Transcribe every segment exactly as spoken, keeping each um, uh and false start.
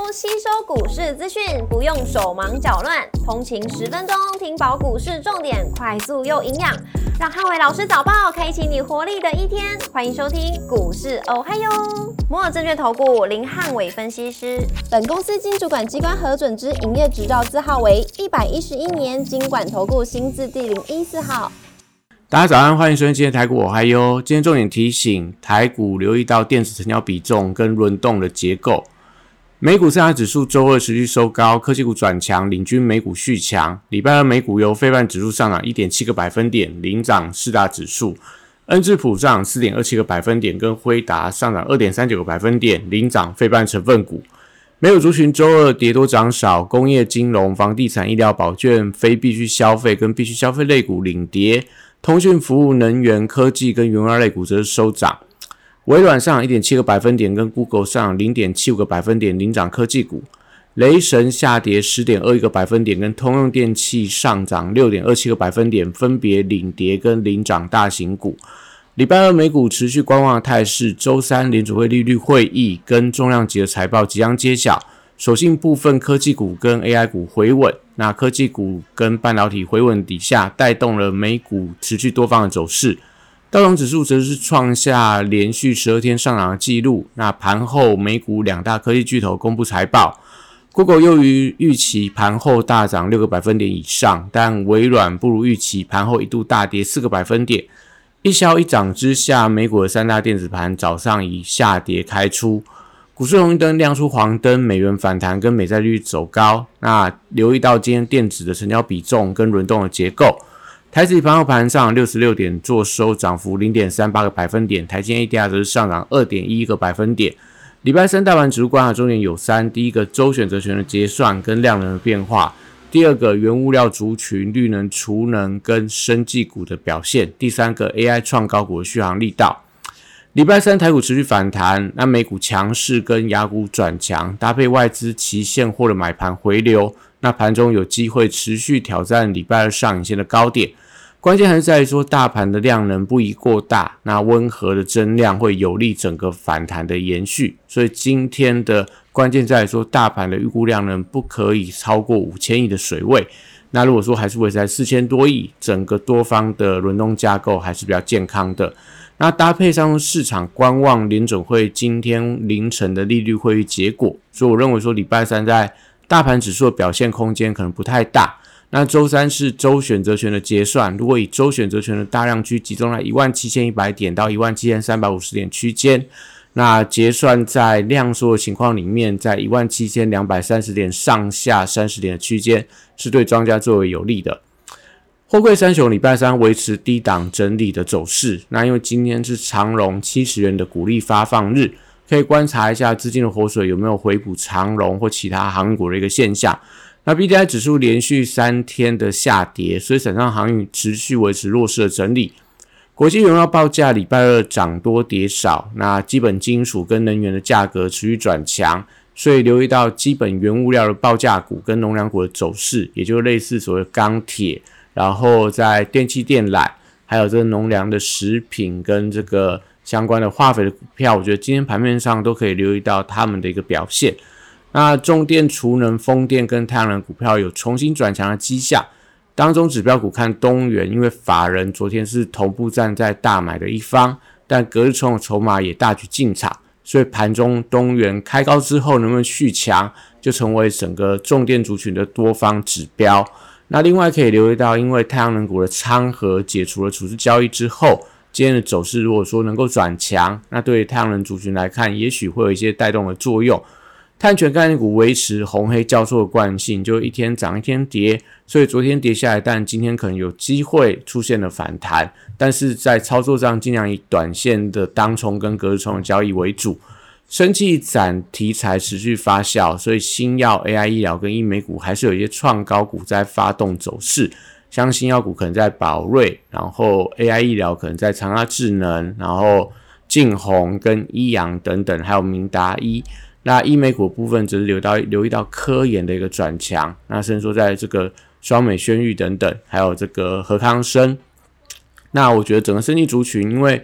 吸收股市资讯，不用手忙脚乱，通勤十分钟听饱股市重点，快速又营养，让汉伟老师早报开启你活力的一天。欢迎收听股市哦嗨哟，摩尔证券投顾林汉伟分析师。本公司经主管机关核准之营业执照字号为一百一十一年金管投顾新字第零一四号。 大家早安，欢迎收听今天台股我嗨哟。今天重点提醒，台股留意到电子成交比重跟轮动的结构。美股三大指数周二持续收高，科技股转强，领军美股续强。礼拜二美股由费半指数上涨 一点七 个百分点，领涨四大指数。恩智浦上涨 四点二七 个百分点，跟辉达上涨 二点三九 个百分点，领涨费半成分股。美股族群周二跌多涨少，工业、金融、房地产、医疗保健、非必需消费跟必需消费类股领跌。通讯服务、能源、科技跟原料类股则是收涨。微软上涨 一点七 个百分点，跟 Google 上涨 零点七五 个百分点，领涨科技股。雷神下跌 十点二一 个百分点，跟通用电气上涨 六点二七 个百分点，分别领跌跟领涨大型股。礼拜二美股持续观望的态势，周三联储会利率会议跟重量级的财报即将揭晓。所幸部分科技股跟 A I 股回稳，那科技股跟半导体回稳底下，带动了美股持续多方的走势。道琼指数则是创下连续十二天上涨的纪录。那盘后美股两大科技巨头公布财报 ，Google 优于预期，盘后大涨六个百分点以上，但微软不如预期，盘后一度大跌四个百分点。一消一涨之下，美股的三大电子盘早上以下跌开出。股市红绿灯亮出黄灯，美元反弹跟美债利率走高。那留意到今天电子的成交比重跟轮动的结构。台指盘后盘上六十六点做收，涨幅 零点三八 个百分点。台积 A D R 则是上涨 二点一一 个百分点。礼拜三大盘指数观察重点有三：第一个周选择权的结算跟量能的变化；第二个原物料族群、绿能、储能跟生技股的表现；第三个 A I 创高股的续航力道。礼拜三台股持续反弹，那美股强势跟亚股转强，搭配外资期现货的买盘回流，那盘中有机会持续挑战礼拜二上影线的高点。关键还是在于说大盘的量能不宜过大，那温和的增量会有利整个反弹的延续。所以今天的关键在于说大盘的预估量能不可以超过五千亿的水位。那如果说还是维持在四千多亿，整个多方的轮动架构还是比较健康的。那搭配上市场观望联准会今天凌晨的利率会议结果，所以我认为说礼拜三在大盘指数的表现空间可能不太大。那周三是周选择权的结算，如果以周选择权的大量区集中在 一万七千一百 点到 一万七千三百五十 点区间，那结算在量缩的情况里面，在 一万七千两百三十 点上下三十点的区间是对庄家最为有利的。货柜三雄礼拜三维持低档整理的走势，那因为今天是长荣七十元的股利发放日，可以观察一下资金的活水有没有回补长荣或其他航运股的一个现象。那 B D I 指数连续三天的下跌，所以散上航运持续维持弱势的整理。国际原料报价礼拜二涨多跌少，那基本金属跟能源的价格持续转强，所以留意到基本原物料的报价股跟农粮股的走势，也就是类似所谓钢铁，然后在电气电缆，还有这个农粮的食品跟这个相关的化肥的股票，我觉得今天盘面上都可以留意到他们的一个表现。那重电、储能、风电跟太阳能股票有重新转强的迹象，当中指标股看东元，因为法人昨天是同步站在大买的一方，但隔日冲的筹码也大举进场，所以盘中东元开高之后能不能续强，就成为整个重电族群的多方指标。那另外可以留意到，因为太阳能股的昌河解除了处置交易之后，今天的走势如果说能够转强，那对于太阳能族群来看，也许会有一些带动的作用。碳权概念股维持红黑交错的惯性，就一天涨一天跌，所以昨天跌下来，但今天可能有机会出现了反弹，但是在操作上尽量以短线的当冲跟隔日冲的交易为主。生技展题材持续发酵，所以新药、A I 医疗跟医美股还是有一些创高股在发动走势，像新药股可能在宝瑞，然后 A I 医疗可能在长庚智能，然后晋宏跟医阳等等，还有明达医。那医美股的部分则是留到留意到科研的一个转强，那甚至说在这个双美宣誉等等，还有这个和康生。那我觉得整个生技族群，因为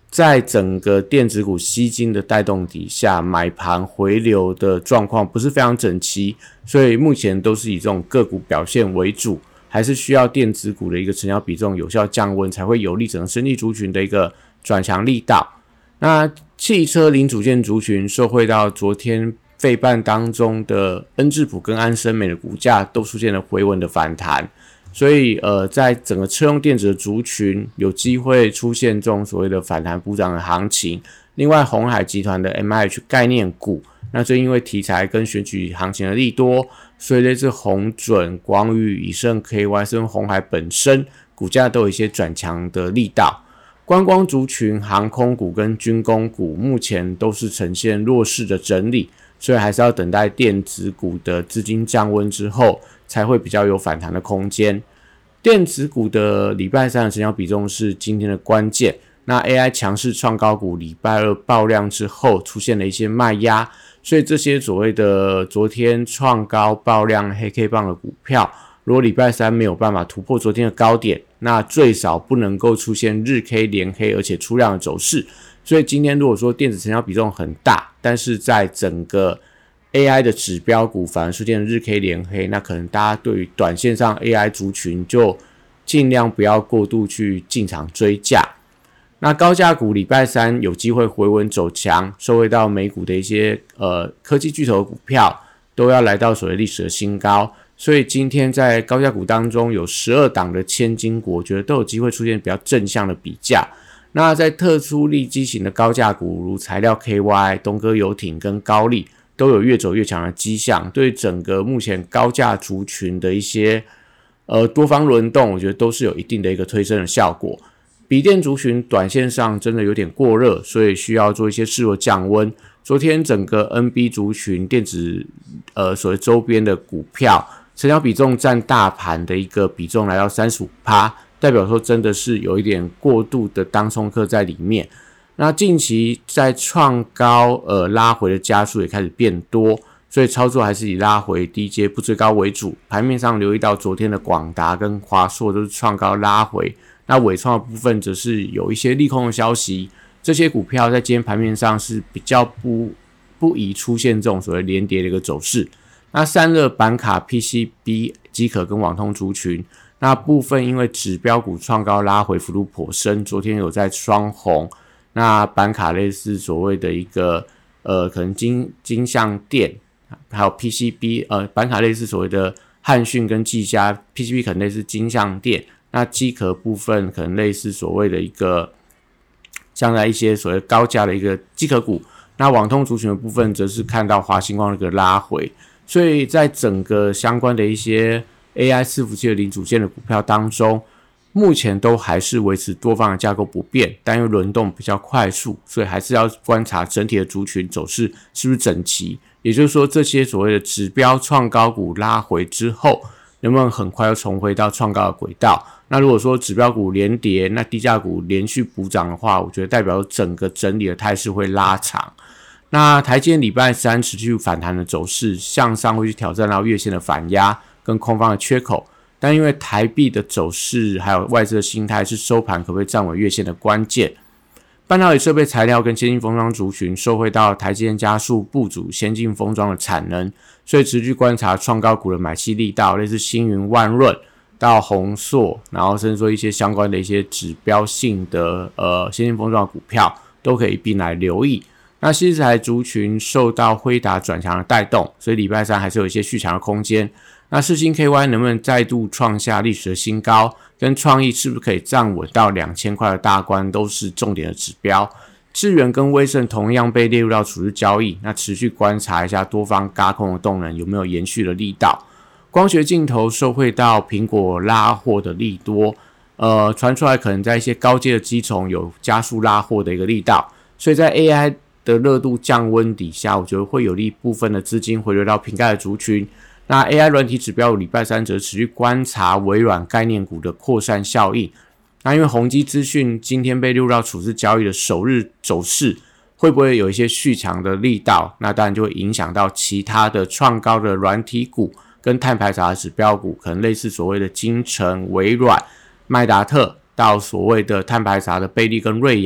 在整个电子股吸金的带动底下，买盘回流的状况不是非常整齐，所以目前都是以这种个股表现为主，还是需要电子股的一个成交比重有效降温，才会有利整个生技族群的一个转强力道。那汽车零组件族群受惠到昨天费半当中的恩智浦跟安森美的股价都出现了回稳的反弹，所以呃，在整个车用电子的族群有机会出现这种所谓的反弹补涨的行情。另外，鸿海集团的 M I H 概念股，那最近因为题材跟选举行情的利多，所以类似鸿准、广宇、以盛 K Y 甚至鸿海本身股价都有一些转强的力道。观光族群、航空股跟军工股目前都是呈现弱势的整理，所以还是要等待电子股的资金降温之后，才会比较有反弹的空间。电子股的礼拜三的成交比重是今天的关键。那 A I 强势创高股礼拜二爆量之后出现了一些卖压，所以这些所谓的昨天创高爆量黑 K 棒的股票，如果礼拜三没有办法突破昨天的高点，那最少不能够出现日 K 连黑而且出量的走势。所以今天如果说电子成交比重很大，但是在整个 A I 的指标股反而出现日 K 连黑，那可能大家对于短线上 A I 族群就尽量不要过度去进场追价。那高价股礼拜三有机会回稳走强，受惠到美股的一些呃科技巨头的股票都要来到所谓历史的新高，所以今天在高价股当中有十二档的千金股，我觉得都有机会出现比较正向的比价。那在特殊利基型的高价股，如材料 K Y、东哥游艇跟高力，都有越走越强的迹象，对整个目前高价族群的一些呃多方轮动，我觉得都是有一定的一个推升的效果。笔电族群短线上真的有点过热，所以需要做一些适度降温。昨天整个 N B 族群电子呃所谓周边的股票成交比重占大盘的一个比重来到 百分之三十五， 代表说真的是有一点过度的当冲客在里面。那近期在创高呃拉回的家数也开始变多，所以操作还是以拉回低阶不追高为主。盘面上留意到昨天的广达跟华硕都是创高拉回，那伟创的部分则是有一些利空的消息，这些股票在今天盘面上是比较不不宜出现这种所谓连跌的一个走势。那散热板卡 P C B 机壳跟网通族群，那部分因为指标股创高拉回幅度颇深，昨天有在双红，那板卡类似所谓的一个呃可能金金像电，还有 P C B 呃板卡类似所谓的汉讯跟技嘉 ，P C B 可能类似金像电。那机壳部分可能类似所谓的一个像在一些所谓高价的一个机壳股，那网通族群的部分则是看到华星光的一个拉回，所以在整个相关的一些 A I 伺服器的零组件的股票当中，目前都还是维持多方的架构不变，但因为轮动比较快速，所以还是要观察整体的族群走势是不是整齐，也就是说这些所谓的指标创高股拉回之后，能不能很快又重回到创高的轨道。那如果说指标股连跌，那低价股连续补涨的话，我觉得代表整个整理的态势会拉长。那台积电礼拜三持续反弹的走势，向上会去挑战到月线的反压跟空方的缺口，但因为台币的走势还有外资的心态是收盘可不可以站稳月线的关键。半导体设备材料跟先进封装族群受惠到台积电加速部署先进封装的产能，所以持续观察创高股的买气力道，类似星云、万润到宏硕，然后甚至说一些相关的一些指标性的呃先进封装的股票都可以一并来留意。那矽材族群受到辉达转强的带动，所以礼拜三还是有一些续强的空间。那世芯 K Y 能不能再度创下历史的新高，跟创意是不是可以站稳到两千块的大关，都是重点的指标。智原跟威盛同样被列入到处置交易，那持续观察一下多方軋空的动能有没有延续的力道。光学镜头受惠到苹果拉货的利多，呃，传出来可能在一些高阶的机种有加速拉货的一个力道，所以在 A I 的热度降温底下，我觉得会有利部分的资金回流到瓶盖的族群。那 A I 软体指标礼拜三则持续观察微软概念股的扩散效应。那因为宏基资讯今天被列入到处置交易的首日走势，会不会有一些续强的力道？那当然就会影响到其他的创高的软体股跟碳排查的指标股，可能类似所谓的精诚、微软、麦达特，到所谓的碳排查的贝利跟瑞阳，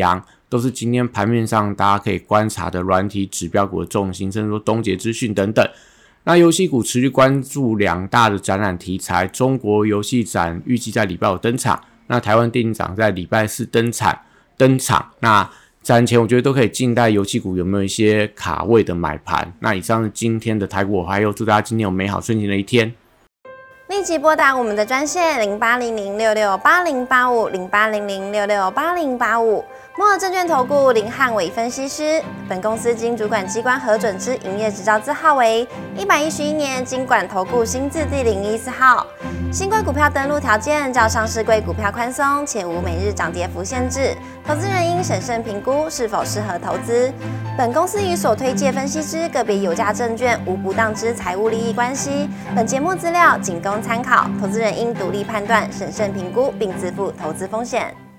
都是今天盘面上大家可以观察的软体指标股的重心，甚至说东杰资讯等等。那游戏股持续关注两大的展览题材，中国游戏展预计在礼拜五登场，那台湾电影展在礼拜四登场。登场那展前我觉得都可以静待游戏股有没有一些卡位的买盘。那以上是今天的台股我还有，祝大家今天有美好顺心的一天。 立即拨打我们的专线零八零零六六八零八五零八零零六六八零八五。摩尔证券投顾林汉伟分析师，本公司经主管机关核准之营业执照字号为一百一十一年金管投顾新字第零一四号。新规股票登录条件较上市柜股票宽松，且无每日涨跌幅限制，投资人应审慎评估是否适合投资。本公司与所推介分析之个别有价证券无不当之财务利益关系。本节目资料仅供参考，投资人应独立判断、审慎评估，并自负投资风险。